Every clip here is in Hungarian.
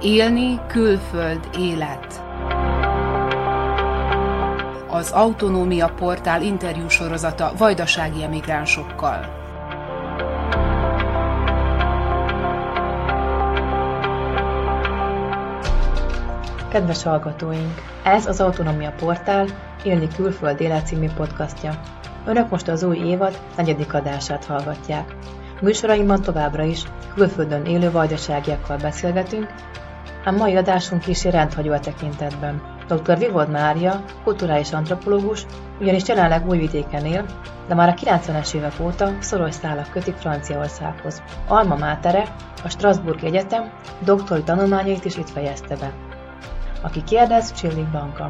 Élni, külföld, élet. Az Autonómia Portál interjúsorozata vajdasági emigránsokkal. Kedves hallgatóink! Ez az Autonómia Portál Élni, külföld, élet című podcastja. Önök most az új évad 4. adását hallgatják. Műsoraimban továbbra is külföldön élő vajdaságiakkal beszélgetünk, ám mai adásunk is rendhagyó a tekintetben. Dr. Vivod Mária, kulturális antropológus, ugyanis jelenleg Újvidéken él, de már a 90-es évek óta szoros szálak kötik Franciaországhoz. Alma mátere, a Strasbourgi Egyetem doktori tanulmányait is itt fejezte be. Aki kérdez, Csillik Blanka.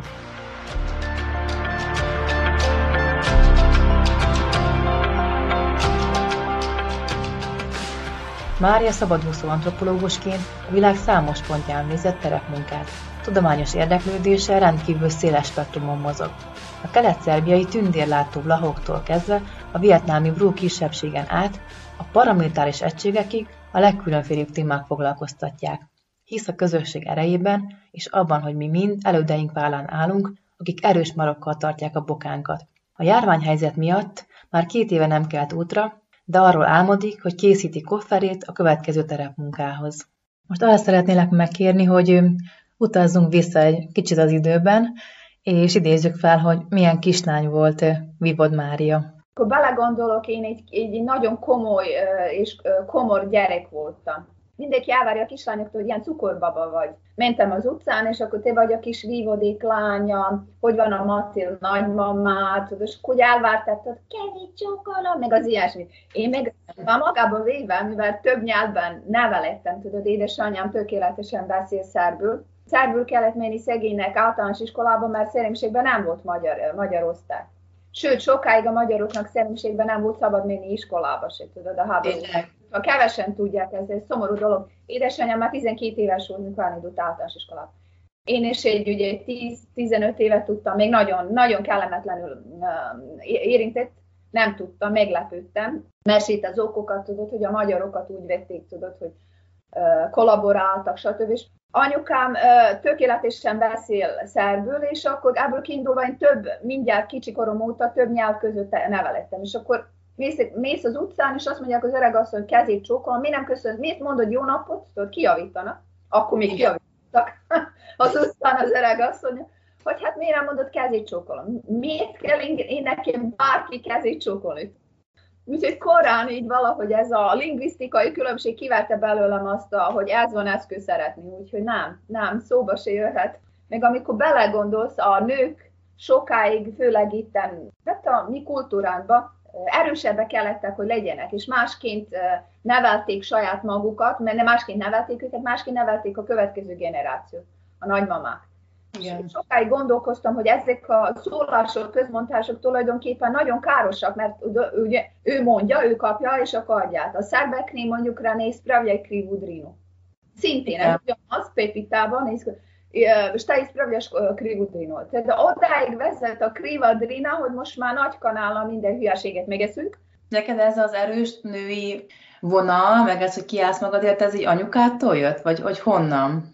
Mária szabadúszó antropológusként a világ számos pontján végzett terepmunkát. Tudományos érdeklődése rendkívül széles spektrumon mozog. A kelet-szerbiai tündérlátó vlachoktól kezdve a vietnámi brú kisebbségen át a paramilitáris egységekig a legkülönfélőbb témák foglalkoztatják. Hisz a közösség erejében és abban, hogy mi mind elődeink vállán állunk, akik erős marokkal tartják a bokánkat. A járványhelyzet miatt már 2 éve nem kelt útra, de arról álmodik, hogy készíti kofferét a következő terepmunkához. Most arra szeretnélek megkérni, hogy utazzunk vissza egy kicsit az időben, és idézzük fel, hogy milyen kislány volt Vivod Mária. Akkor belegondolok, én egy nagyon komoly és komor gyerek voltam. Mindenki elvárja a kislányoktól, hogy ilyen cukorbaba vagy. Mentem az utcán, és akkor te vagy a kis Vivodék lánya, hogy van a Matil nagymamát, és akkor elvártattad, kevés csokola, meg az ilyesmi. Én meg magában véve, mivel több nyelvben nevelettem, tudod, édesanyám tökéletesen beszél szerbül. Szerbül kellett menni szegénynek általános iskolába, mert szerénységben nem volt magyar osztály. Sőt, sokáig a magyaroknak szerénységben nem volt szabad menni iskolába se, tudod, a háborúban. Ha kevesen tudják, ez egy szomorú dolog. Édesanyám már 12 éves volt, mikor elindult általános iskolába. Én is ugye 10-15 évet tudtam, még nagyon kellemetlenül érintett, nem tudtam, meglepődtem. Mesét az okokat, tudod, hogy a magyarokat úgy vették, tudod, hogy kollaboráltak, stb. És anyukám tökéletesen beszél szerbül, és akkor ebből kiindulva én mindjárt kicsikorom óta több nyelv között nevelettem. És akkor mész az utcán, és azt mondják az öreg asszony, hogy kezét csókolom, mi nem köszönöm, miért mondod jó napot, tudod, kijavítanak, akkor még kijavítottak az utcán az öreg asszony, hogy hát miért nem mondod kezét csókolom, miért kell én nekem bárki kezét csókolni. Úgyhogy korán így valahogy ez a lingvisztikai különbség kiverte belőlem azt, hogy ez van eszköz szeretni, úgyhogy nem, szóba se jöhet. Meg amikor belegondolsz, a nők sokáig, főleg itten, tehát a mi kultúránkban, erősebbek kellettek, hogy legyenek, és másként nevelték saját magukat, mert nem másként nevelték őket, másként nevelték a következő generációt, a nagymamák. Igen. Sokáig gondolkoztam, hogy ezek a szólások, közmondások tulajdonképpen nagyon károsak, mert ugye ő mondja, ő kapja, és akkor adját. A szerbeknél mondjuk rá néz pravjaj krivu drinu. Szintén, ez ugyanaz, Pepitában, šta ispravljaš krivu drinu. Tehát odáig vezet a kriva drina, hogy most már nagy kanállal minden hülyeséget megeszünk. Neked ez az erős női vonal, meg ez, hogy kiállsz magadért, ez így anyukától jött? Vagy honnan?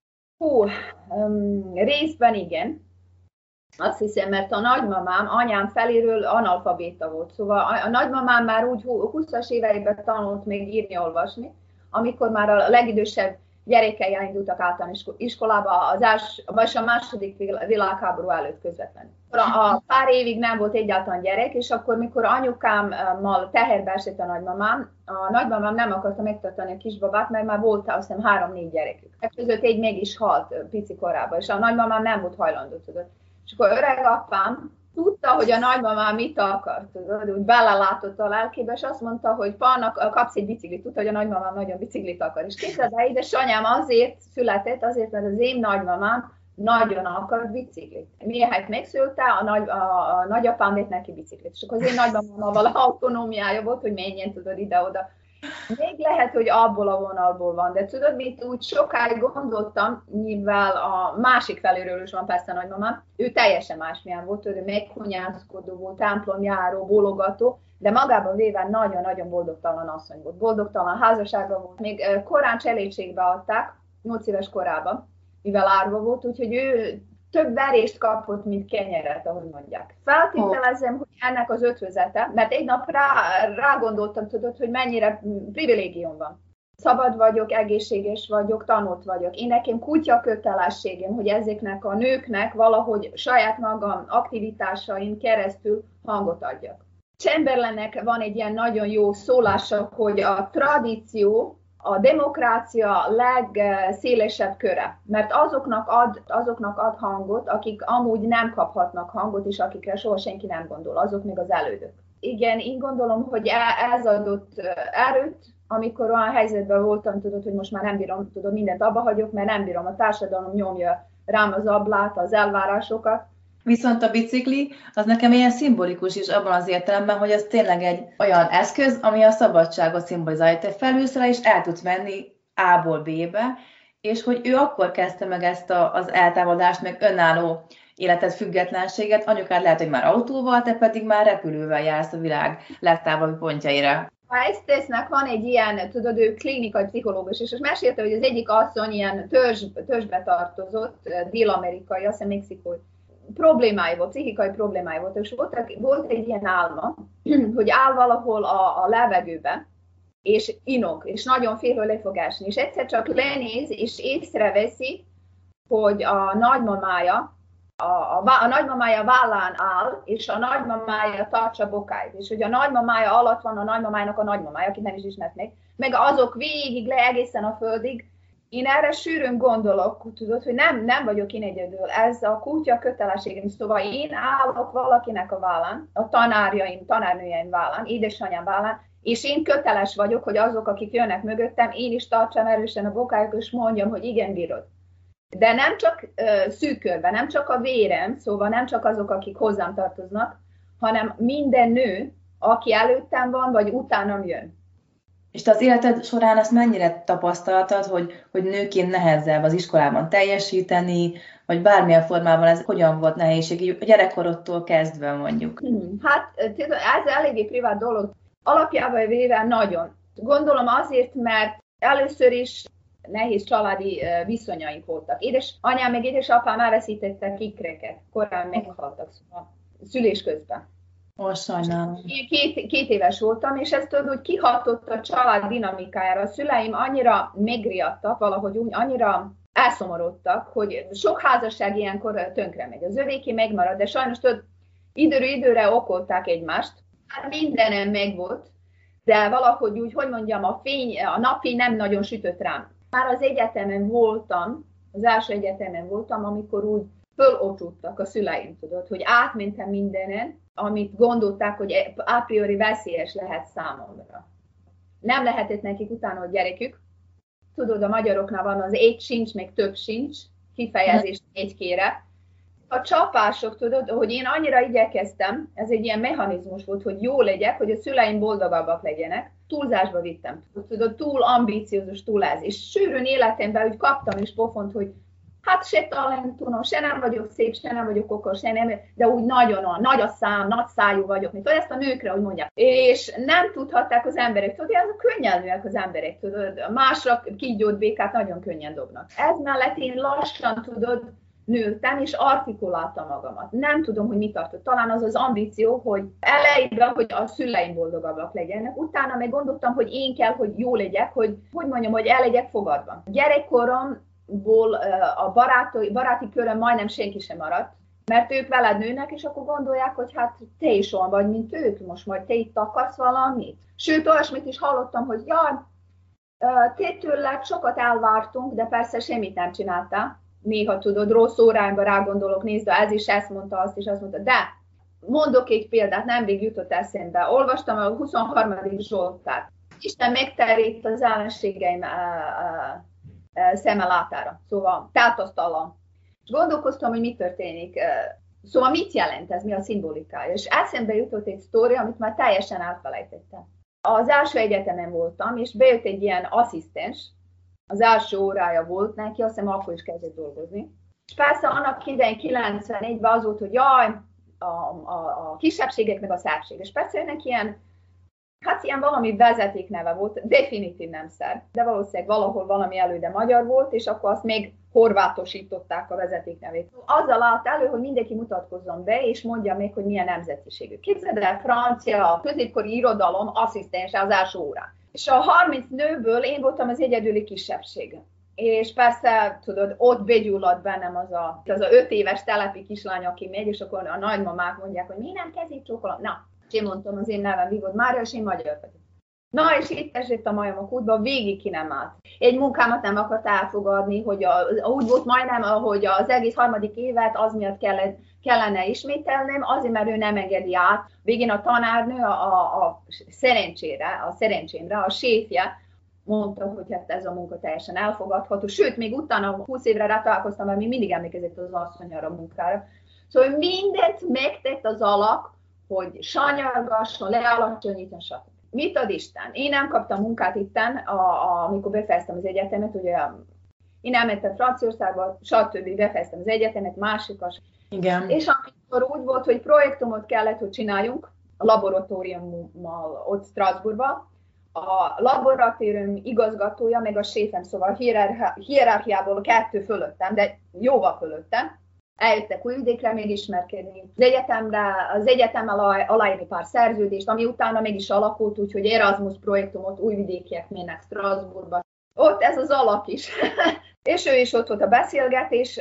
Részben igen. Azt hiszem, mert a nagymamám anyám feléről analfabéta volt. Szóval a nagymamám már úgy 20-as éveiben tanult még írni, olvasni, amikor már a legidősebb gyerekei elindultak általános iskolába vagy a második világháború előtt közvetlenül. A pár évig nem volt egyáltalán gyerek, és akkor, mikor anyukámmal teherbe esett a nagymamám nem akarta megtartani a kisbabát, mert már volt azt hiszem 3-4 gyerekük. Között egy meg is halt pici korában, és a nagymamám nem volt hajlandó, tudod. És akkor öreg apám tudta, hogy a nagymamám mit akar, tudod, úgy belelátott a lelkébe, és azt mondta, hogy Pannak kapsz egy biciklit, tudta, hogy a nagymamám nagyon biciklit akar. És képzeld el, édesanyám azért született, mert az én nagymamám nagyon akart biciklit. Mihelyt megszülte, a nagyapám vett neki biciklit. És akkor az én nagymamámmal autonómiája volt, hogy menjen, tudod, ide-oda. Még lehet, hogy abból a vonalból van, de tudod, mit úgy sokáig gondoltam, mivel a másik feléről is van persze a nagymamám, ő teljesen másmilyen volt, ő megkonyászkodó volt, templomjáró, bólogató, de magában véve nagyon-nagyon boldogtalan asszony volt. Boldogtalan házassága volt. Még korán cselédségbe adták, 8 éves korában, mivel árva volt, úgyhogy ő több verést kapott, mint kenyeret, ahogy mondják. Feltételezem, hogy ennek az ötvözete, mert egy nap rágondoltam, tudod, hogy mennyire privilégium van. Szabad vagyok, egészséges vagyok, tanult vagyok. Én nekem kutya kötelességem, hogy ezeknek a nőknek valahogy saját magam aktivitásain keresztül hangot adjak. Chamberlainnek van egy ilyen nagyon jó szólása, hogy a tradíció a demokrácia legszélesebb köre, mert azoknak ad hangot, akik amúgy nem kaphatnak hangot, és akikre soha senki nem gondol, azok még az elődök. Igen, én gondolom, hogy ez adott erőt, amikor olyan helyzetben voltam, tudod, hogy most már nem bírom, tudod, mindent abba hagyok, mert nem bírom, a társadalom nyomja rám az ablát, az elvárásokat. Viszont a bicikli, az nekem ilyen szimbolikus is abban az értelemben, hogy az tényleg egy olyan eszköz, ami a szabadságot szimbolizálja. Te felülsz rá, és el tudsz menni A-ból B-be, és hogy ő akkor kezdte meg ezt az eltávolodást, meg önálló életed függetlenséget. Anyukád lehet, hogy már autóval, te pedig már repülővel jársz a világ legtávolabbi pontjaira. A Estesnek van egy ilyen, tudod, ő klinikai pszichológus, és mesélte, hogy az egyik asszony ilyen törzsbe tartozott, dél-amerikai, azt hiszem mexikói, problémái volt, pszichikai problémái volt, és volt egy ilyen álma, hogy áll valahol a levegőbe, és inog, és nagyon fél, hogy le fog esni, és egyszer csak lenéz, és észreveszi, hogy a nagymamája, a nagymamája vállán áll, és a nagymamája tartsa bokáit, és hogy a nagymamája alatt van a nagymamájának a nagymamája, akit nem is ismert még, meg azok végig le egészen a földig. Én erre sűrűn gondolok, tudod, hogy nem vagyok én egyedül, ez a kutya kötelességem, szóval én állok valakinek a vállán, a tanárnőjeim vállán, édesanyám vállán, és én köteles vagyok, hogy azok, akik jönnek mögöttem, én is tartsam erősen a bokájukat, és mondjam, hogy igen, bírod. De nem csak szűk körben, nem csak a vérem, szóval nem csak azok, akik hozzám tartoznak, hanem minden nő, aki előttem van, vagy utánam jön. És te az életed során ezt mennyire tapasztaltad, hogy nőként nehezebb az iskolában teljesíteni, vagy bármilyen formában ez hogyan volt nehézség, a gyerekkorodtól kezdve mondjuk? Hát ez eléggé privát dolog. Alapjában véve nagyon. Gondolom azért, mert először is nehéz családi viszonyaink voltak. Édesanyám meg édesapám elveszítettek ikreket, korán meghaltak szülés közben. Sajnálom. Két éves voltam, és ez tudod, hogy kihatott a család dinamikájára. A szüleim annyira megriadtak, valahogy úgy, annyira elszomorodtak, hogy sok házasság ilyenkor tönkre megy. Az övéké megmarad, de sajnos tudod, időről időre okolták egymást. Hát mindenem megvolt, de valahogy úgy, hogy mondjam, a napfény nem nagyon sütött rám. Már az egyetemen voltam, az első egyetemen voltam, amikor úgy fölocsúttak a szüleim, tudod, hogy átmentem mindenen, amit gondolták, hogy a priori veszélyes lehet számomra. Nem lehetett nekik utána, hogy gyerekük. Tudod, a magyaroknál van az egy sincs, meg több sincs, kifejezés egykére. A csapások, tudod, hogy én annyira igyekeztem, ez egy ilyen mechanizmus volt, hogy jó legyek, hogy a szüleim boldogabbak legyenek. Túlzásba vittem, tudod, túl ambíciózus, túl ez. És sűrűn életemben úgy kaptam is pofont, hogy hát se talentum, se nem vagyok szép, se nem vagyok okos, se nem, de úgy nagyon nagy a szám, nagy szájú vagyok, mint ezt a nőkre, hogy mondják. És nem tudhatták az emberek, tudod, azok könnyelműek az emberek, tudod, másra kígyót békát nagyon könnyen dobnak. Ez mellett én lassan, tudod, nőttem, és artikuláltam magamat. Nem tudom, hogy mit tartott. Talán az az ambíció, hogy elejében, hogy a szüleim boldogabbak legyenek. Utána meg gondoltam, hogy én kell, hogy jó legyek, hogy mondjam, hogy el legyek fogadva. Gyerekkoromból a baráti körön majdnem senki sem maradt, mert ők veled nőnek, és akkor gondolják, hogy hát te is olyan vagy, mint ők, most majd te itt akarsz valamit. Sőt, olyasmit is hallottam, hogy jaj, te tőled sokat elvártunk, de persze semmit nem csináltál. Néha tudod, rossz órányba rágondolok, nézd, ez is ezt mondta, azt is azt mondta. De mondok egy példát, nemrég jutott eszembe. Olvastam a 23. Zsoltárt. Isten megterít az ellenségeim szeme látára, szóval tátasztalan. És gondolkoztam, hogy mi történik. Szóval mit jelent ez, mi a szimbolikája. És eszembe jutott egy sztori, amit már teljesen elfelejtettem. Az első egyetemen voltam, és bejött egy ilyen asszisztens, az első órája volt neki, azt hiszem akkor is kezdett dolgozni. És persze annak idején 91-ben az volt, hogy jaj, a kisebbségek meg a szerbség. És persze ennek ilyen Hát ilyen valami vezetékneve volt, definitív nem szerb, de valószínűleg valahol valami előde magyar volt, és akkor azt még horvátosították a vezetéknevét. Azzal állt elő, hogy mindenki mutatkozzon be, és mondja még, hogy milyen nemzetiségű. Képzeld el, francia, középkori irodalom asszisztense az első órán. És a 30 nőből én voltam az egyedüli kisebbség. És persze, tudod, ott begyulladt bennem az a 5 éves telepi kislány, aki megy, és akkor a nagymamák mondják, hogy mi nem kezét csókolom. Na, és én mondtam, az én nevem Vivod Mária, és én magyar vagyok. Na, és itt esett a majom a kútba, végig ki nem állt. Egy munkámat nem akart elfogadni, hogy úgy volt majdnem, hogy az egész harmadik évet az miatt kellene ismételnem, azért, mert ő nem engedi át. Végén a tanárnő a szerencsémre, a séfje mondta, hogy hát ez a munka teljesen elfogadható. Sőt, még utána 20 évre rá találkoztam, mert még mindig emlékezett az asszony arra a munkára. Szóval mindent megtett az alak, hogy sanyargasson, lealacsonyítson, stb. Mit ad Isten? Én nem kaptam munkát itten, amikor befejeztem az egyetemet, ugye én elmentem Franciaországba, stb. Befejeztem az egyetemet, másikas. Igen. És amikor úgy volt, hogy projektumot kellett, hogy csináljunk, a laboratóriummal ott Strasbourgban, a laboratórium igazgatója, meg a séfem, szóval hierarchiából 2 fölöttem, de jóval fölöttem, eljöttek Újvidékre megismerkedni, az egyetemmel aláírni pár szerződést, ami utána meg is alakult, úgyhogy Erasmus projektumot Újvidékiek mennek Strasbourgba. Ott ez az alak is. És ő is ott volt a beszélgetés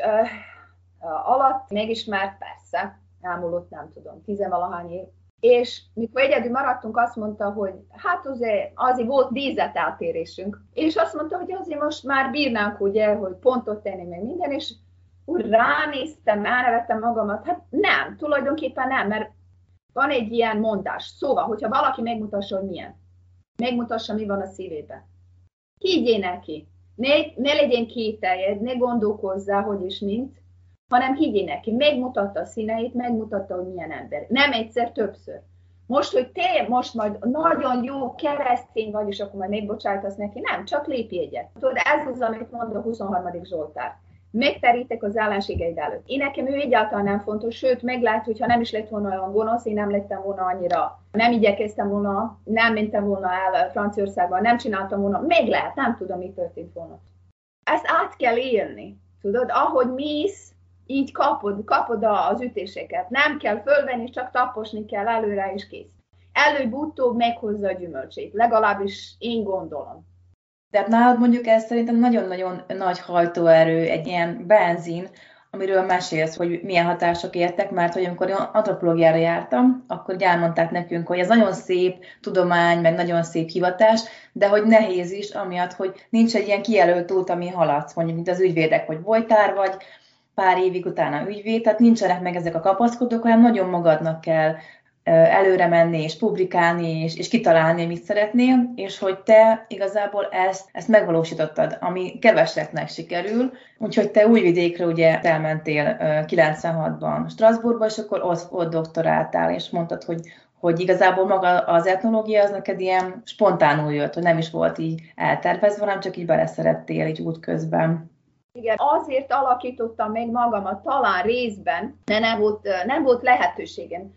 alatt, megismert, persze, elmúlott nem tudom, 10-valahány év. És mikor egyedül maradtunk, azt mondta, hogy hát azért volt nézeteltérésünk. És azt mondta, hogy azért most már bírnánk, ugye, hogy pontot tenni meg minden, és úgy ránéztem, elnevettem magamat, hát nem, tulajdonképpen nem, mert van egy ilyen mondás. Szóval, hogyha valaki megmutassa, hogy milyen, megmutassa, mi van a szívében. Higgyél neki, ne legyen kételjed, ne gondolkozzál, hogy is mint, hanem higgyél neki, megmutatta a színeit, megmutatta, hogy milyen ember. Nem egyszer, többször. Most, hogy te most majd nagyon jó keresztény vagy, és akkor majd megbocsájtasz neki, nem, csak lépj egyet. Tudod, ez az, amit mond a 23. Zsoltár. Megterítek az ellenségeid előtt. Én nekem ő egyáltalán nem fontos, sőt, meg lehet, hogyha nem is lett volna olyan gonosz, én nem lettem volna annyira, nem igyekeztem volna, nem mentem volna el Franciaországba, nem csináltam volna, meg lehet, nem tudom, mi történt volna. Ezt át kell élni, tudod, ahogy mész, így kapod az ütéseket. Nem kell fölvenni, csak taposni kell előre, és kész. Előbb-utóbb meghozza a gyümölcsét, legalábbis én gondolom. De nálad mondjuk ez szerintem nagyon-nagyon nagy hajtóerő, egy ilyen benzin, amiről mesélsz, hogy milyen hatások értek, mert hogy amikor antropológiára jártam, akkor elmondták nekünk, hogy ez nagyon szép tudomány, meg nagyon szép hivatás, de hogy nehéz is, amiatt, hogy nincs egy ilyen kijelölt út, ami haladsz, mondjuk, mint az ügyvédek, hogy voltál vagy, pár évig utána ügyvéd, tehát nincsenek meg ezek a kapaszkodók, hanem nagyon magadnak kell előre menni, és publikálni, és kitalálni, mit szeretnél, és hogy te igazából ezt megvalósítottad, ami keveseknek sikerül, úgyhogy te Újvidékre ugye elmentél 96-ban Strasbourgba, és akkor ott doktoráltál, és mondtad, hogy igazából maga az etnológia az neked ilyen spontánul jött, hogy nem is volt így eltervezve, hanem csak így beleszerettél így útközben. Igen, azért alakítottam meg magamat talán részben, de nem volt lehetőségem.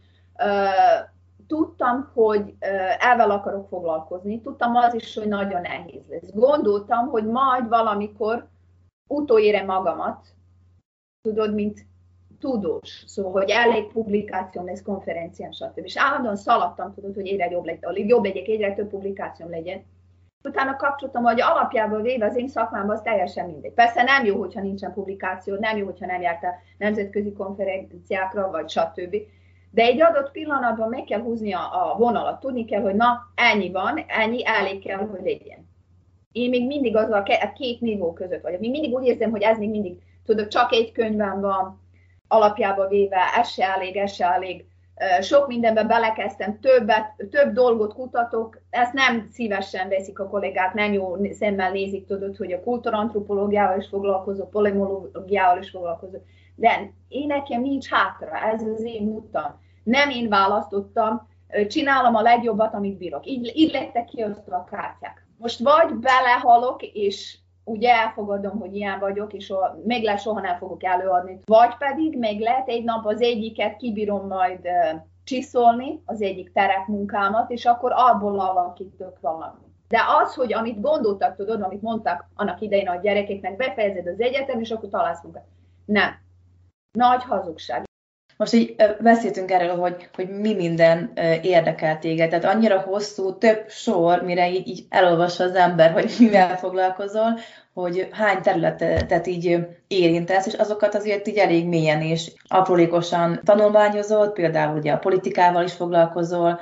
Tudtam, hogy ezzel akarok foglalkozni, tudtam az is, hogy nagyon nehéz lesz. Gondoltam, hogy majd valamikor utolérem magamat, tudod, mint tudós, szóval, hogy elég publikációm lesz, konferencián, stb. És állandóan szaladtam, tudod, hogy egyre jobb legyek, egyre több publikációm legyen. Utána kapcsoltam, hogy alapjából véve az én szakmámban az teljesen mindegy. Persze nem jó, hogyha nincsen publikáció, nem jó, hogyha nem jártál nemzetközi konferenciákra, vagy stb. De egy adott pillanatban meg kell húzni a vonalat. Tudni kell, hogy na, ennyi van, ennyi elég kell, hogy legyen. Én még mindig az a 2 nívó között vagyok. Még mindig úgy érzem, hogy ez még mindig, tudod, csak egy könyvem van, alapjába véve, ez se elég. Sok mindenbe belekezdtem, több dolgot kutatok, ezt nem szívesen veszik a kollégák, nem jó szemmel nézik, tudod, hogy a kultúrantropológiával is foglalkozok, polemológiával is foglalkozok, de én nekem nincs hátra, ez az én utam. Nem én választottam, csinálom a legjobbat, amit bírok. Így lettek kiosztva a kártyák. Most vagy belehalok, és ugye elfogadom, hogy ilyen vagyok, és még lehet soha nem fogok előadni. Vagy pedig meg lehet egy nap az egyiket kibírom majd csiszolni az egyik terepmunkámat, és akkor abból alakítok valami. De az, hogy amit gondoltak, tudod, amit mondtak annak idején a gyerekeknek, befejezed az egyetem, és akkor találsz munkát. Nem. Nagy hazugság. Most így beszéltünk erről, hogy mi minden érdekel téged, tehát annyira hosszú, több sor, mire így elolvassa az ember, hogy mivel foglalkozol, hogy hány területet így érintesz, és azokat azért így elég mélyen és aprólékosan tanulmányozod, például ugye a politikával is foglalkozol,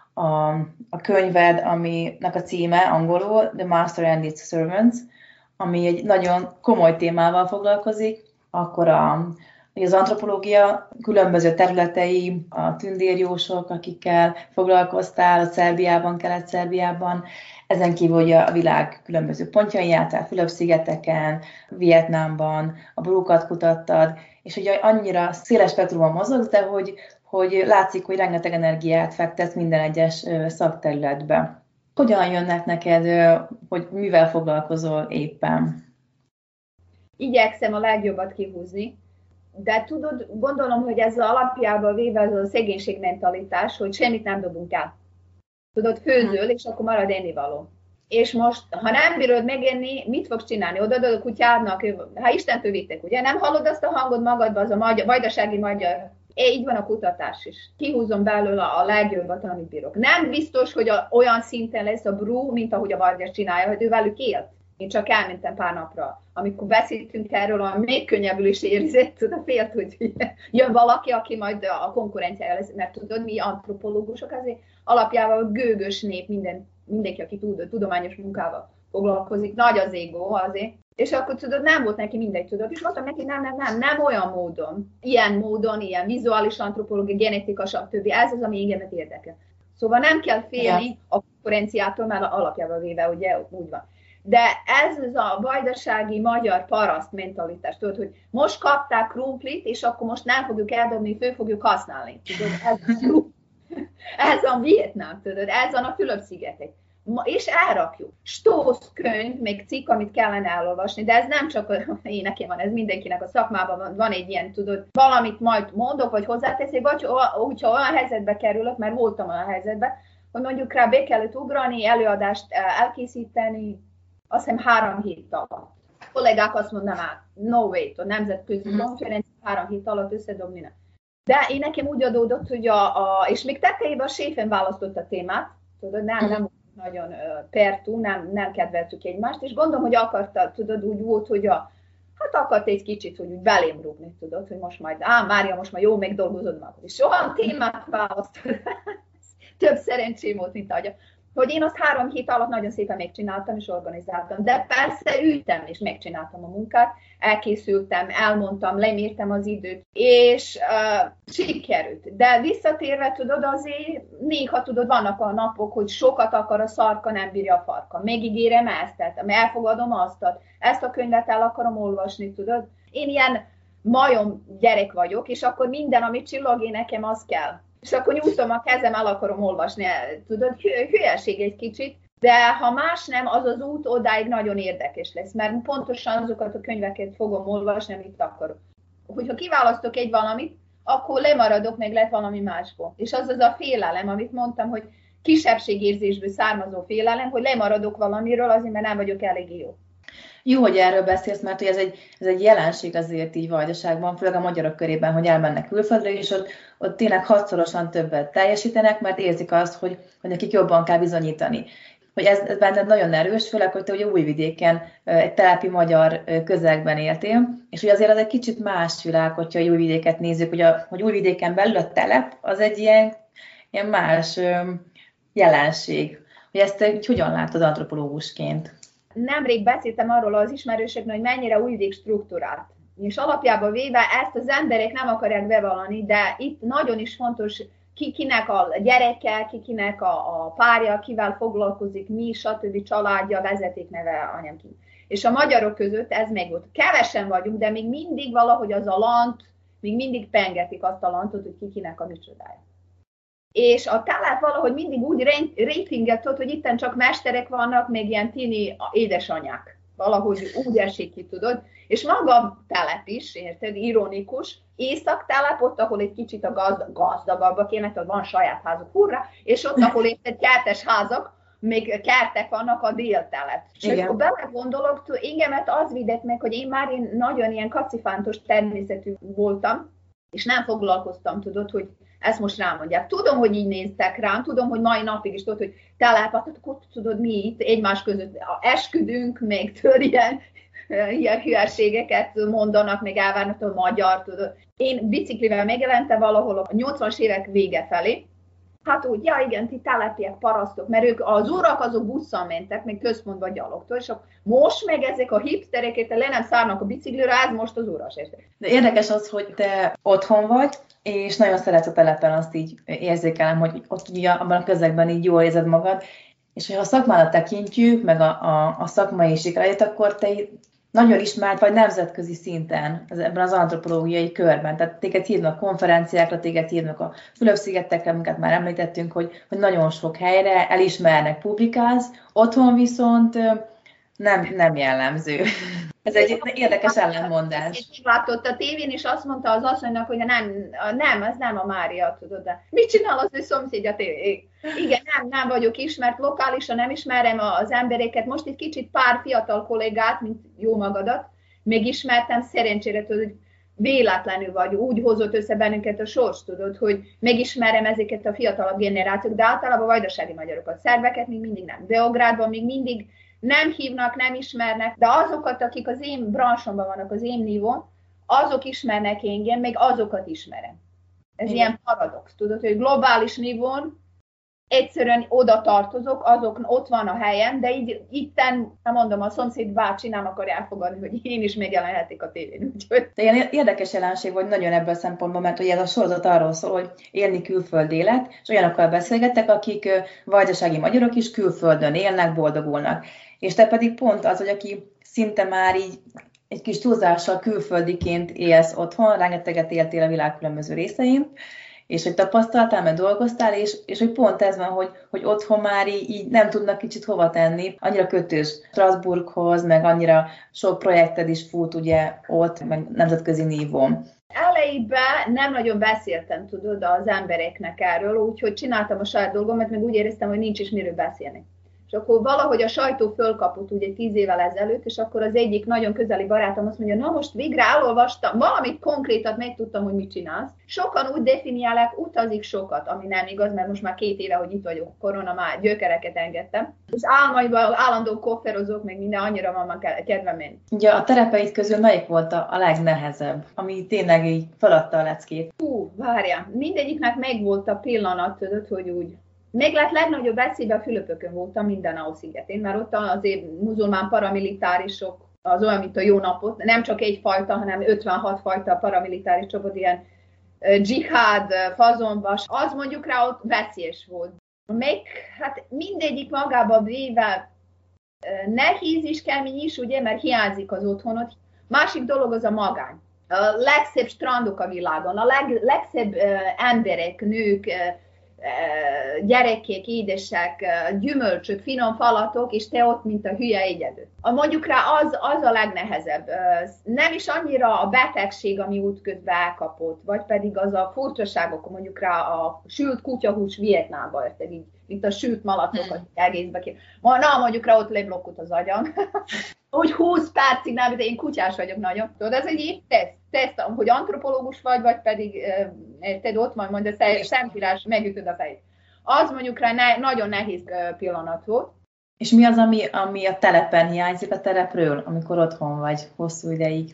a könyved, aminek a címe angolul The Master and its Servants, ami egy nagyon komoly témával foglalkozik, akkor az antropológia különböző területei, a tündérjósok, akikkel foglalkoztál a Szerbiában, Kelet-Szerbiában, ezen kívül ugye a világ különböző pontjain jártál, Fülöp-szigeteken, Vietnámban, a brúkat kutattad, és ugye annyira széles spektrumon mozogsz, de hogy látszik, hogy rengeteg energiát fektetsz minden egyes szakterületbe. Hogyan jönnek neked, hogy mivel foglalkozol éppen? Igyekszem a legjobbat kihúzni, de tudod, gondolom, hogy ez alapjában véve az a szegénységmentalitás, hogy semmit nem dobunk el. Tudod, főzöl, és akkor marad ennivaló. És most, ha nem bírod megenni, mit fogsz csinálni? Odaadod a kutyádnak, ha Istentől vittek, ugye? Nem hallod azt a hangod magadba, az a vajdasági magyar. Így van a kutatás is. Kihúzom belőle a legjobbat, amit bírok. Nem biztos, hogy olyan szinten lesz a Brú, mint ahogy a Vargyas csinálja, hogy ő velük élt. Én csak elmentem pár napra. Amikor beszéltünk erről, a még könnyebbül is érzett, félt, hogy jön valaki, aki majd a konkurenciája lesz, mert tudod, mi antropológusok azért alapjában gőgös nép, mindenki, aki tudományos munkával foglalkozik, nagy az ego azért. És akkor tudod, nem volt neki mindegy, tudod, és mondtam neki, nem olyan módon, ilyen vizuális antropológia, genetika, stb. Ez az, ami engemet érdekel. Szóval nem kell félni a konkurenciától, mert alapjában véve, ugye, úgy van. De ez az a vajdasági magyar paraszt mentalitás, tudod, hogy most kapták krumplit, és akkor most nem fogjuk eldobni, föl fogjuk használni. Tudod, ez a Vietnám, tudod, ez van a Fülöp-szigetek. És elrakjuk. Stósz könyv, még cikk, amit kellene elolvasni, de ez nem csak nekem van, ez mindenkinek a szakmában van egy ilyen, tudod, valamit majd mondok, vagy hozzáteszek, vagy hogyha olyan helyzetbe kerülök, mert voltam olyan helyzetben, hogy mondjuk rá be kellett ugrani, előadást elkészíteni, azt hiszem 3 hét alatt. A kollégák azt mondanám át, no way, a nemzetközi konferencia 3 hét alatt összedobni nem. De én nekem úgy adódott, hogy és még tetejében a séfen választott a témát, tudod, nem nagyon pertú, nem kedveltük egymást, és gondolom, hogy akarta, tudod, úgy volt, hogy akart egy kicsit, hogy úgy belém rúgni, tudod, hogy most majd, Mária, most már jó, megdolgozod magad. És olyan témát választott, több szerencsém volt, mint agya, hogy én azt 3 hét alatt nagyon szépen megcsináltam és organizáltam. De persze ültem és megcsináltam a munkát, elkészültem, elmondtam, lemértem az időt, és sikerült. De visszatérve, tudod, azért néha tudod, vannak a napok, hogy sokat akar a szarka, nem bírja a farka. Megígérem ezt, elfogadom azt, ezt a könyvet el akarom olvasni, tudod. Én ilyen majom gyerek vagyok, és akkor minden, amit csillog, nekem az kell. És akkor nyújtom a kezem, el akarom olvasni. Tudod, hülyeség egy kicsit, de ha más nem, az az út odáig nagyon érdekes lesz, mert pontosan azokat a könyveket fogom olvasni, amit akarok. Hogyha kiválasztok egy valamit, akkor lemaradok, meg lehet valami másból. És az az a félelem, amit mondtam, hogy kisebbségérzésből származó félelem, hogy lemaradok valamiről, azért, mert nem vagyok elég jó. Jó, hogy erről beszélsz, mert ez egy jelenség azért így Vajdaságban, főleg a magyarok körében, hogy elmennek külföldre, és ott tényleg 6-szorosan többet teljesítenek, mert érzik azt, hogy nekik jobban kell bizonyítani. Hogy ez benned nagyon erős, főleg, hogy te ugye Újvidéken egy telepi magyar közegben éltél, és hogy azért az egy kicsit más világ, hogyha Újvidéket nézzük, hogy Újvidéken belül a telep az egy ilyen más jelenség. Hogy ezt te hogyan látod antropológusként? Nemrég beszéltem arról az ismerősöknek, hogy mennyire Újvidék struktúrált. És alapjában véve ezt az emberek nem akarják bevallani, de itt nagyon is fontos, kinek a gyereke, kinek a párja, kivel foglalkozik, mi, stb. Családja, vezetékneve, anyamként. És a magyarok között ez meg volt. Kevesen vagyunk, de még mindig valahogy az a lant, még mindig pengetik azt a lantot, hogy kinek a micsodája. És a telep valahogy mindig úgy ratinget tud, hogy itten csak mesterek vannak, még ilyen tini édesanyák. valahogy úgy esik ki, tudod. És maga a telep is, érted, ironikus, északtelep, ott, ahol egy kicsit a gazdagabbak élnek, ott van saját házuk, hurrá, és ott, ahol érted, kertes házak, még kertek vannak, a déltelep. És akkor belegondolok, engemet az videt meg, hogy én nagyon ilyen kacifántos természetű voltam, és nem foglalkoztam, tudod, hogy ezt most rámondják. Tudom, hogy így néztek rám, tudom, hogy mai napig is tudod, hogy telepatatok, tudod, mi itt egymás között esküdünk, még ilyen hülyeségeket mondanak, még elvárnak, hogy magyar, tudod. Én biciklivel megjelentem valahol a 80-as évek vége felé, hát úgy, ja igen, ti telepiek, parasztok, mert ők, az urak azok busszal mentek, még központba gyalogtól, és most meg ezek a hipsterek, le nem szárnak a biciklire, ez most az uras. De érdekes az, hogy te otthon vagy, és nagyon szeretsz a telepen, azt így érzékelem, hogy ott ugye abban a közegben így jól érzed magad, és ha a szakmának tekintjük, meg a szakmai sikereit, akkor te nagyon ismert vagy nemzetközi szinten ebben az antropológiai körben. Tehát téged hívnak konferenciákra, téged hívnak a Fülöp-szigetekre, amiket már említettünk, hogy nagyon sok helyre elismernek, publikálsz, otthon viszont nem jellemző. Ez egy érdekes ellentmondás. És látott a tévén, és azt mondta az asszonynak, hogy nem, ez nem a Mária, tudod, de mit csinál az ő szomszédja? Igen, nem vagyok ismert, lokálisan nem ismerem az embereket, most egy kicsit pár fiatal kollégát, mint jó magadat, megismertem, szerencsére tudod, hogy véletlenül vagy, úgy hozott össze bennünket a sors, tudod, hogy megismerem ezeket a fiatalabb generációk, de általában vajdasági magyarokat, szerbeket még mindig nem. Beográdban még mindig nem hívnak, nem ismernek, de azokat, akik az én branszomban vannak, az én nívón, azok ismernek engem, még azokat ismerem. Ez ilyen paradox, tudod, hogy globális nívón egyszerűen oda tartozok, azok ott van a helyen, de így itten, mondom, a szomszéd bácsi nem akar elfogadni, hogy én is megjelenhetik a tévén. Úgyhogy... De ilyen érdekes jelenség vagy nagyon ebből a szempontból, mert ugye ez a sorozat arról szól, hogy élni külföld élet, és olyanokkal beszélgettek, akik vajdasági magyarok is külföldön élnek, boldogulnak. És te pedig pont az, hogy aki szinte már így egy kis túlzással külföldiként élsz otthon, rengeteget éltél a világ különböző részein, és hogy tapasztaltál, mert dolgoztál, és hogy pont ez van, hogy otthon már így nem tudnak kicsit hova tenni, annyira kötős Strasbourghoz, meg annyira sok projekted is fut ugye ott, meg nemzetközi nívón. Elejében nem nagyon beszéltem, tudod, az embereknek erről, úgyhogy csináltam a saját dolgomat, meg úgy éreztem, hogy nincs is miről beszélni. És akkor valahogy a sajtó fölkapott ugye 10 évvel ezelőtt, és akkor az egyik nagyon közeli barátom azt mondja, na most végre elolvastam, valamit konkrétat megtudtam, hogy mit csinálsz. Sokan úgy definiálják, utazik sokat, ami nem igaz, mert most már 2 éve, hogy itt vagyok, korona, már gyökereket engedtem. És álmaiban állandó kofferozok, meg minden, annyira van már kedvem menni. Ugye a terepeid közül melyik volt a legnehezebb, ami tényleg így feladta a leckét? Várjál, mindegyiknek megvolt a pillanat, tudod, hogy úgy. Még lett legnagyobb eszébe a Fülöpökön voltam, Mindanao szigetén, mert ott azért muzulmán paramilitárisok, az olyan, mint a jó napot, nem csak egyfajta, hanem 56 fajta paramilitáris csapat, ilyen dzsihád, fazonvas, az mondjuk rá ott veszélyes volt. Még hát mindegyik magába véve nehéz is, kemény is, ugye, mert hiányzik az otthonot. Másik dolog az a magány. A legszebb strandok a világon, a legszebb emberek, nők, gyerekek, édesek, gyümölcsök, finom falatok, és te ott, mint a hülye egyedül. Mondjuk rá az a legnehezebb. Nem is annyira a betegség, ami útközben elkapott, vagy pedig az a furcsaságok, mondjuk rá a sült kutyahús Vietnámban, így, mint a sült malatokat egészbe ki. Na, mondjuk rá ott leblokkott az agyam. Úgy 20 percig nem, de én kutyás vagyok nagyon. Tudod, ez egy épp teszt, hogy antropológus vagy pedig te ott majd a szentírás megütöd a fejét. Az mondjuk rá nagyon nehéz pillanat volt. És mi az, ami a telepen hiányzik a terepről, amikor otthon vagy hosszú ideig?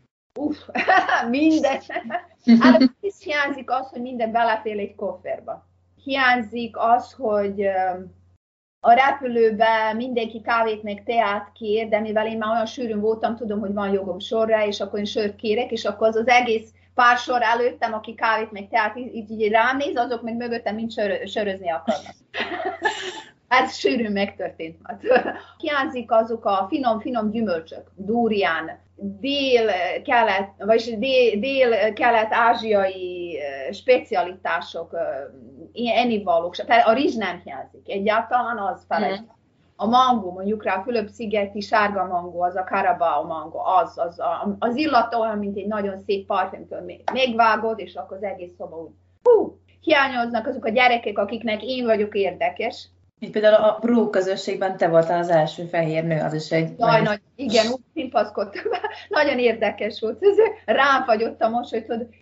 Minden. Először is hiányzik az, hogy minden belefér egy kofferba. Hiányzik az, hogy a repülőben mindenki kávét meg teát kér, de mivel én már olyan sűrűn voltam, tudom, hogy van jogom sorra, és akkor én sört kérek, és akkor az egész pár sor előttem, aki kávét meg teát így rám néz, azok meg mögöttem mind sörözni akarnak. Ez sűrűn megtörtént. Hiányzik azok a finom gyümölcsök, dúrián, dél-kelet-ázsiai specialitások, ennivalók, a rizs nem hiányzik, egyáltalán az felejtett. a mangó, mondjuk rá a Fülöp-szigeti sárga mangó, az a Carabao mangó, az illata olyan, mint egy nagyon szép parfümtől megvágod, és akkor az egész szoba úgy, hiányoznak azok a gyerekek, akiknek én vagyok érdekes. Így például a Bró közösségben te voltál az első fehér nő, az is egy... Igen, úgy színpaszkodtam. Nagyon érdekes volt. Rám fagyott a mosoly,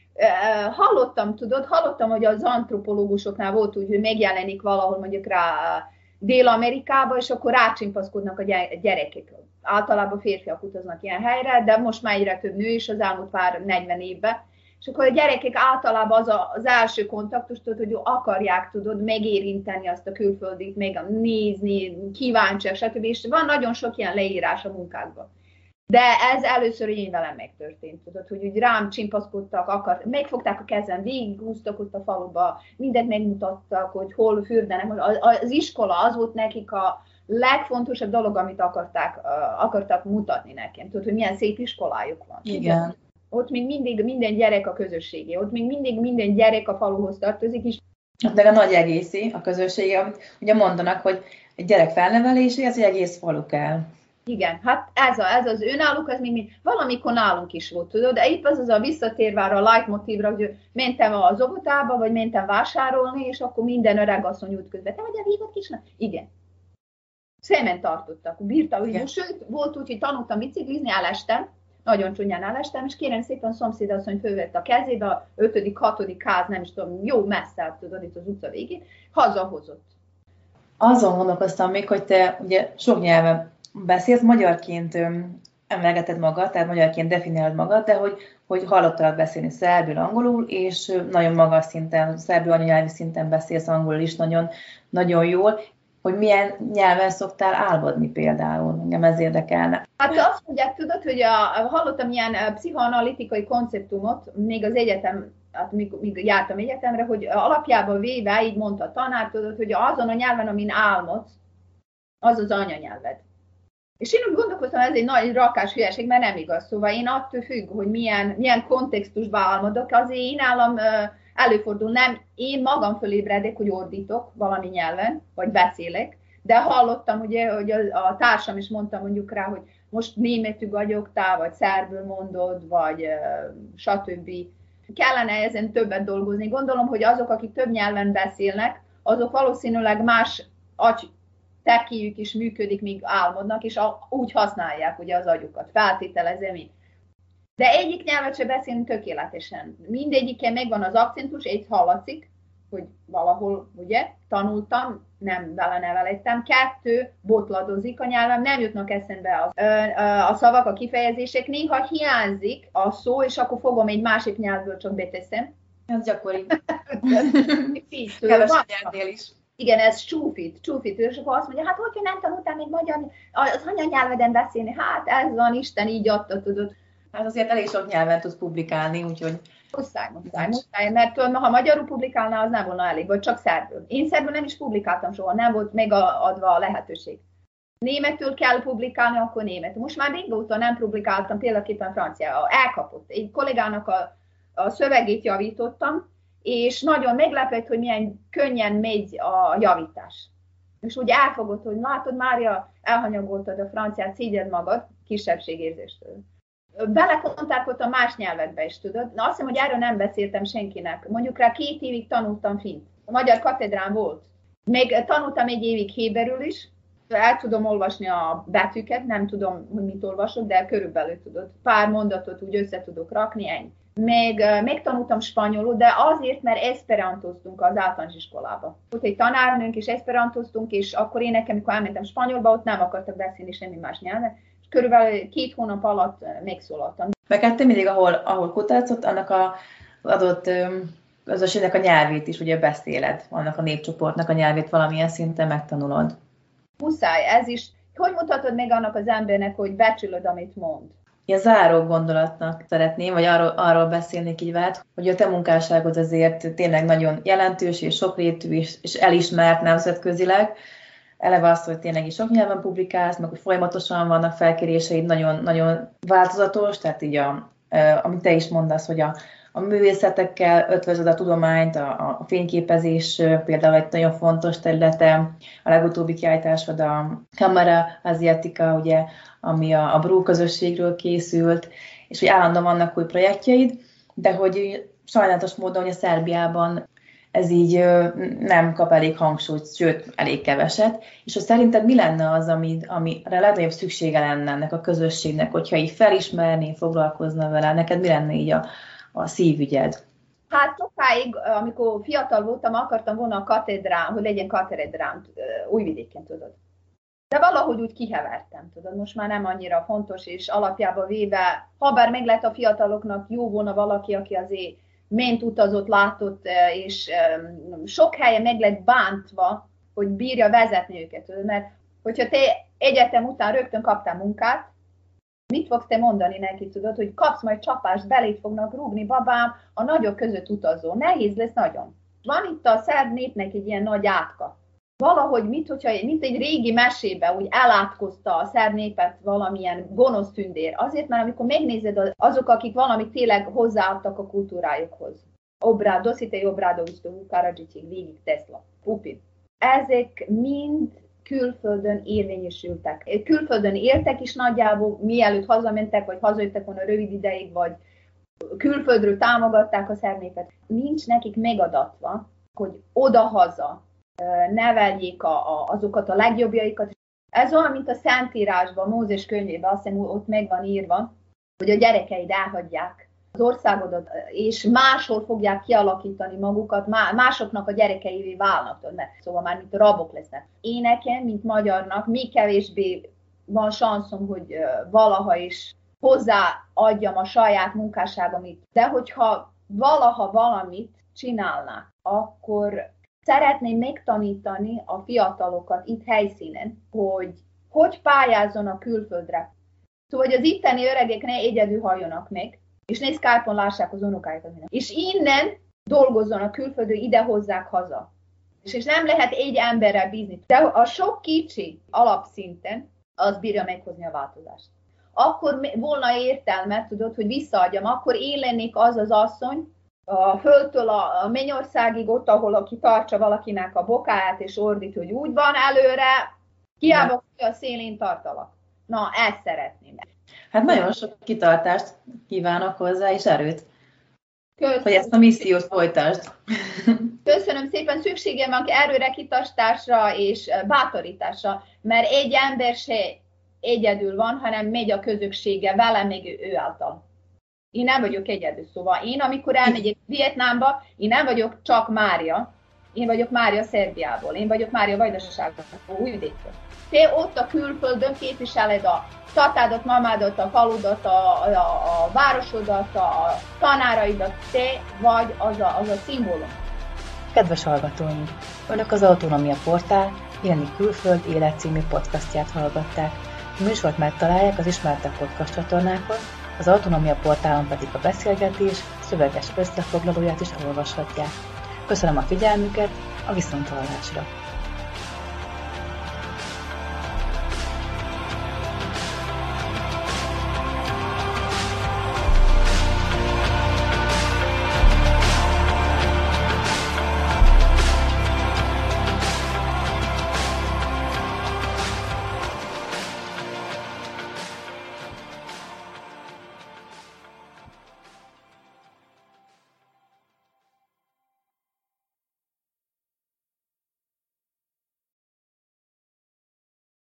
hallottam, hogy az antropológusoknál volt úgy, hogy megjelenik valahol mondjuk rá Dél-Amerikába, és akkor rácsimpaszkodnak a gyerekek. Általában férfiak utaznak ilyen helyre, de most már egyre több nő is az elmúlt pár 40 évben. És akkor a gyerekek általában az első kontaktus, hogy akarják, megérinteni azt a külföldit, még nézni, kíváncsiak, stb. És van nagyon sok ilyen leírás a munkákban. De ez először én velem megtörtént, hogy úgy rám csimpaszkodtak, megfogták a kezem, végighúztak ott a faluba, mindent megmutattak, hogy hol fürdenek. Az iskola az volt nekik a legfontosabb dolog, amit akartak mutatni nekem. Hogy milyen szép iskolájuk van. Igen. Ott még mindig minden gyerek a közösségé, ott még mindig minden gyerek a faluhoz tartozik is. Ott meg a nagy egészi, a közössége, ugye mondanak, hogy egy gyerek felneveléséhez egy egész falu kell. Igen, hát ez az önállók, ez még valamikor nálunk is volt, tudod, de itt az a visszatérve a leitmotívra, hogy mentem az óvodába, vagy mentem vásárolni, és akkor minden öreg asszony útközben, te vagy a vívott kislány? Igen. Szemen tartottak, bírta, sőt, volt úgy, hogy tanultam biciklizni, elestem, nagyon csúnyán elestem, és kérem szépen szomszédasszony fölvette a kezébe, a 5.-6. ház, nem is tudom, jó messze, tudod, itt az utca végén, hazahozott. Azon gondolkoztam még, hogy te ugye sok nyelven beszélsz, magyarként emlegeted magad, tehát magyarként definiálod magad, de hogy hallottad beszélni szerbül, angolul, és nagyon magas szinten, szerbül anyanyelvi szinten beszélsz angolul is nagyon, nagyon jól. Hogy milyen nyelven szoktál álmodni például, engem ez érdekelne. Hát azt mondják, tudod, hogy hallottam ilyen pszichoanalitikai konceptumot, még az egyetem, hát míg jártam egyetemre, hogy alapjában véve, így mondta a tanár, tudod, hogy azon a nyelven, amin álmodsz, az az anyanyelved. És én úgy gondolkoztam, ez egy nagy rakás hülyeség, mert nem igaz. Szóval én attól függ, hogy milyen kontextusban álmodok, azért én állam előfordul, nem, én magam fölébredek, hogy ordítok valami nyelven, vagy beszélek, de hallottam, ugye, hogy a társam is mondta mondjuk rá, hogy most németül vagyoktál, vagy szerbül mondod, vagy stb. Kellene ezen többet dolgozni. Gondolom, hogy azok, akik több nyelven beszélnek, azok valószínűleg más agyterkéjük is működik, míg álmodnak, és úgy használják ugye az agyukat. Feltételezem én. De egyik nyelvet se beszélünk tökéletesen. Mindegyiken megvan az akcentus, egy hallatszik, hogy valahol, ugye, tanultam, nem vele nevelettem. 2, botladozik a nyelvem, nem jutnak eszembe a szavak, a kifejezések. Néha hiányzik a szó, és akkor fogom egy másik nyelvből, csak beteszem. Ez gyakori. Keves nyelvnél is. Igen, ez csúfít, és akkor azt mondja, hát hogyha nem tanultál még magyar, az anyanyelveden beszélni, hát ez van, Isten így adta, tudod. Hát azért elég sok nyelven tudsz publikálni, úgyhogy... Muszáj, mert ha magyarul publikálná, az nem volna elég, vagy csak szerbül. Én szerbül nem is publikáltam soha, nem volt megadva a lehetőség. Németül kell publikálni, akkor németül. Most már régóta nem publikáltam, példaképpen franciául. Elkapott. Egy kollégának a szövegét javítottam, és nagyon meglepett, hogy milyen könnyen megy a javítás. És úgy elfogott, hogy látod, Mária, elhanyagoltad a franciát, szégyed magad, kisebbségérzéstől. Belekontálkodtam más nyelvekbe is, tudod. Na, azt hiszem, hogy erről nem beszéltem senkinek. Mondjuk rá 2 évig tanultam fint. A magyar katedrán volt. Még tanultam 1 évig héberül is. El tudom olvasni a betűket, nem tudom, hogy mit olvasok, de körülbelül tudod. Pár mondatot úgy össze tudok rakni, ennyi. Megtanultam spanyolul, de azért, mert esperantoztunk az általános iskolába. Ott egy tanárnőnk is esperantoztunk, és akkor én nekem, amikor elmentem spanyolba, ott nem akartak beszélni semmi más nyelven. Körülbelül 2 hónap alatt megszólaltam. Meg hát te mindig, ahol kutatsz, ott annak az adott közösségnek a nyelvét is ugye beszéled, annak a népcsoportnak a nyelvét valamilyen szinten megtanulod. Muszáj, ez is. Hogy mutatod meg annak az embernek, hogy becsülöd, amit mond? Ilyen záró gondolatnak szeretném, vagy arról beszélnék így veled, hogy a te munkásságod azért tényleg nagyon jelentős és sokrétű és elismert nemzetközileg. Eleve azt, hogy tényleg is sok nyelven publikálsz, meg hogy folyamatosan vannak felkéréseid, nagyon, nagyon változatos, tehát így amit te is mondasz, hogy a művészetekkel ötvözöd a tudományt, a fényképezés például egy nagyon fontos területe, a legutóbbi kiállításod a Camera Asiatica, ugye, ami a Bru közösségről készült, és hogy állandóan vannak új projektjeid, de hogy sajnálatos módon, hogy a Szerbiában ez így nem kap elég hangsúlyt, sőt, elég keveset. És hogy szerinted mi lenne az, amire legnagyobb szüksége lenne ennek a közösségnek, hogyha így felismerné, foglalkozna vele, neked mi lenne így a szívügyed? Hát sokáig, amikor fiatal voltam, akartam volna a katedrám, hogy legyen katedrám Újvidéken, tudod. De valahogy úgy kihevertem, tudod, most már nem annyira fontos, és alapjába véve, habár meg lehet a fiataloknak, jó volna valaki, aki azért ment, utazott, látott, és sok helyen meg lett bántva, hogy bírja vezetni őket, tudod, mert hogyha te egyetem után rögtön kaptál munkát, mit fogsz te mondani neki, tudod, hogy kapsz majd csapást, belét fognak rúgni, babám, a nagyok között utazó, nehéz lesz nagyon. Van itt a szerb népnek egy ilyen nagy átka. Valahogy, mint egy régi mesébe úgy elátkozta a szerb népet valamilyen gonosz tündér. Azért, mert amikor megnézed azok, akik valamit tényleg hozzáadtak a kultúrájukhoz. Dositej Obradovics, Karadžićig, végig Tesla, Pupin. Ezek mind külföldön érvényesültek. Külföldön éltek is nagyjából, mielőtt hazamentek, vagy hazajöttek volna rövid ideig, vagy külföldről támogatták a szerb népet. Nincs nekik megadatva, hogy oda-haza neveljék azokat a legjobbjaikat. Ez olyan, mint a Szentírásban, Mózes könyvében, azt hiszem ott meg van írva, hogy a gyerekeid elhagyják az országodat, és máshol fogják kialakítani magukat, másoknak a gyerekeivé válnak, szóval már mint rabok lesznek. Én nekem, mint magyarnak, még kevésbé van sanszom, hogy valaha is hozzáadjam a saját munkásságomit, de hogyha valaha valamit csinálnák, akkor szeretném megtanítani a fiatalokat itt helyszínen, hogy pályázzon a külföldre. Szóval, hogy az itteni öregek ne egyedül halljanak meg, és ne Skype-on lássák az unokáikat. És innen dolgozzon a külföldön, ide hozzák haza. És nem lehet egy emberrel bízni. De a sok kicsi alapszinten az bírja meghozni a változást. Akkor volna értelme, tudod, hogy visszaadjam, akkor én lennék az az asszony, a földtől a mennyországig, ott, ahol aki tartsa valakinek a bokáját, és ordít, hogy úgy van előre, hiába a szélén tartalak. Na, ezt szeretném. Hát nagyon sok kitartást kívánok hozzá, és erőt, Köszönöm. Hogy ezt a missziót folytasd. Köszönöm szépen, szükségem van erőre, kitartásra és bátorításra, mert egy ember se egyedül van, hanem megy a közössége vele, még ő által. Én nem vagyok egyedül, szóval én, amikor elmegyek Vietnámba, én nem vagyok csak Mária, én vagyok Mária Szerbiából, én vagyok Mária Vajdaságból, Újvidékről. Te ott a külföldön képviseled a tatádat, mamádat, a faludat, a városodat, a tanáraidat, te vagy az a szimbólum. Kedves hallgatóink! Önök az Autonómia Portál Irani Külföld Élet című podcastját hallgatták. A műsort megtalálják az ismertebb podcast csatornákon, az Autonómia Portálon pedig a beszélgetés szöveges összefoglalóját is olvashatják. Köszönöm a figyelmüket, a viszonthallásra!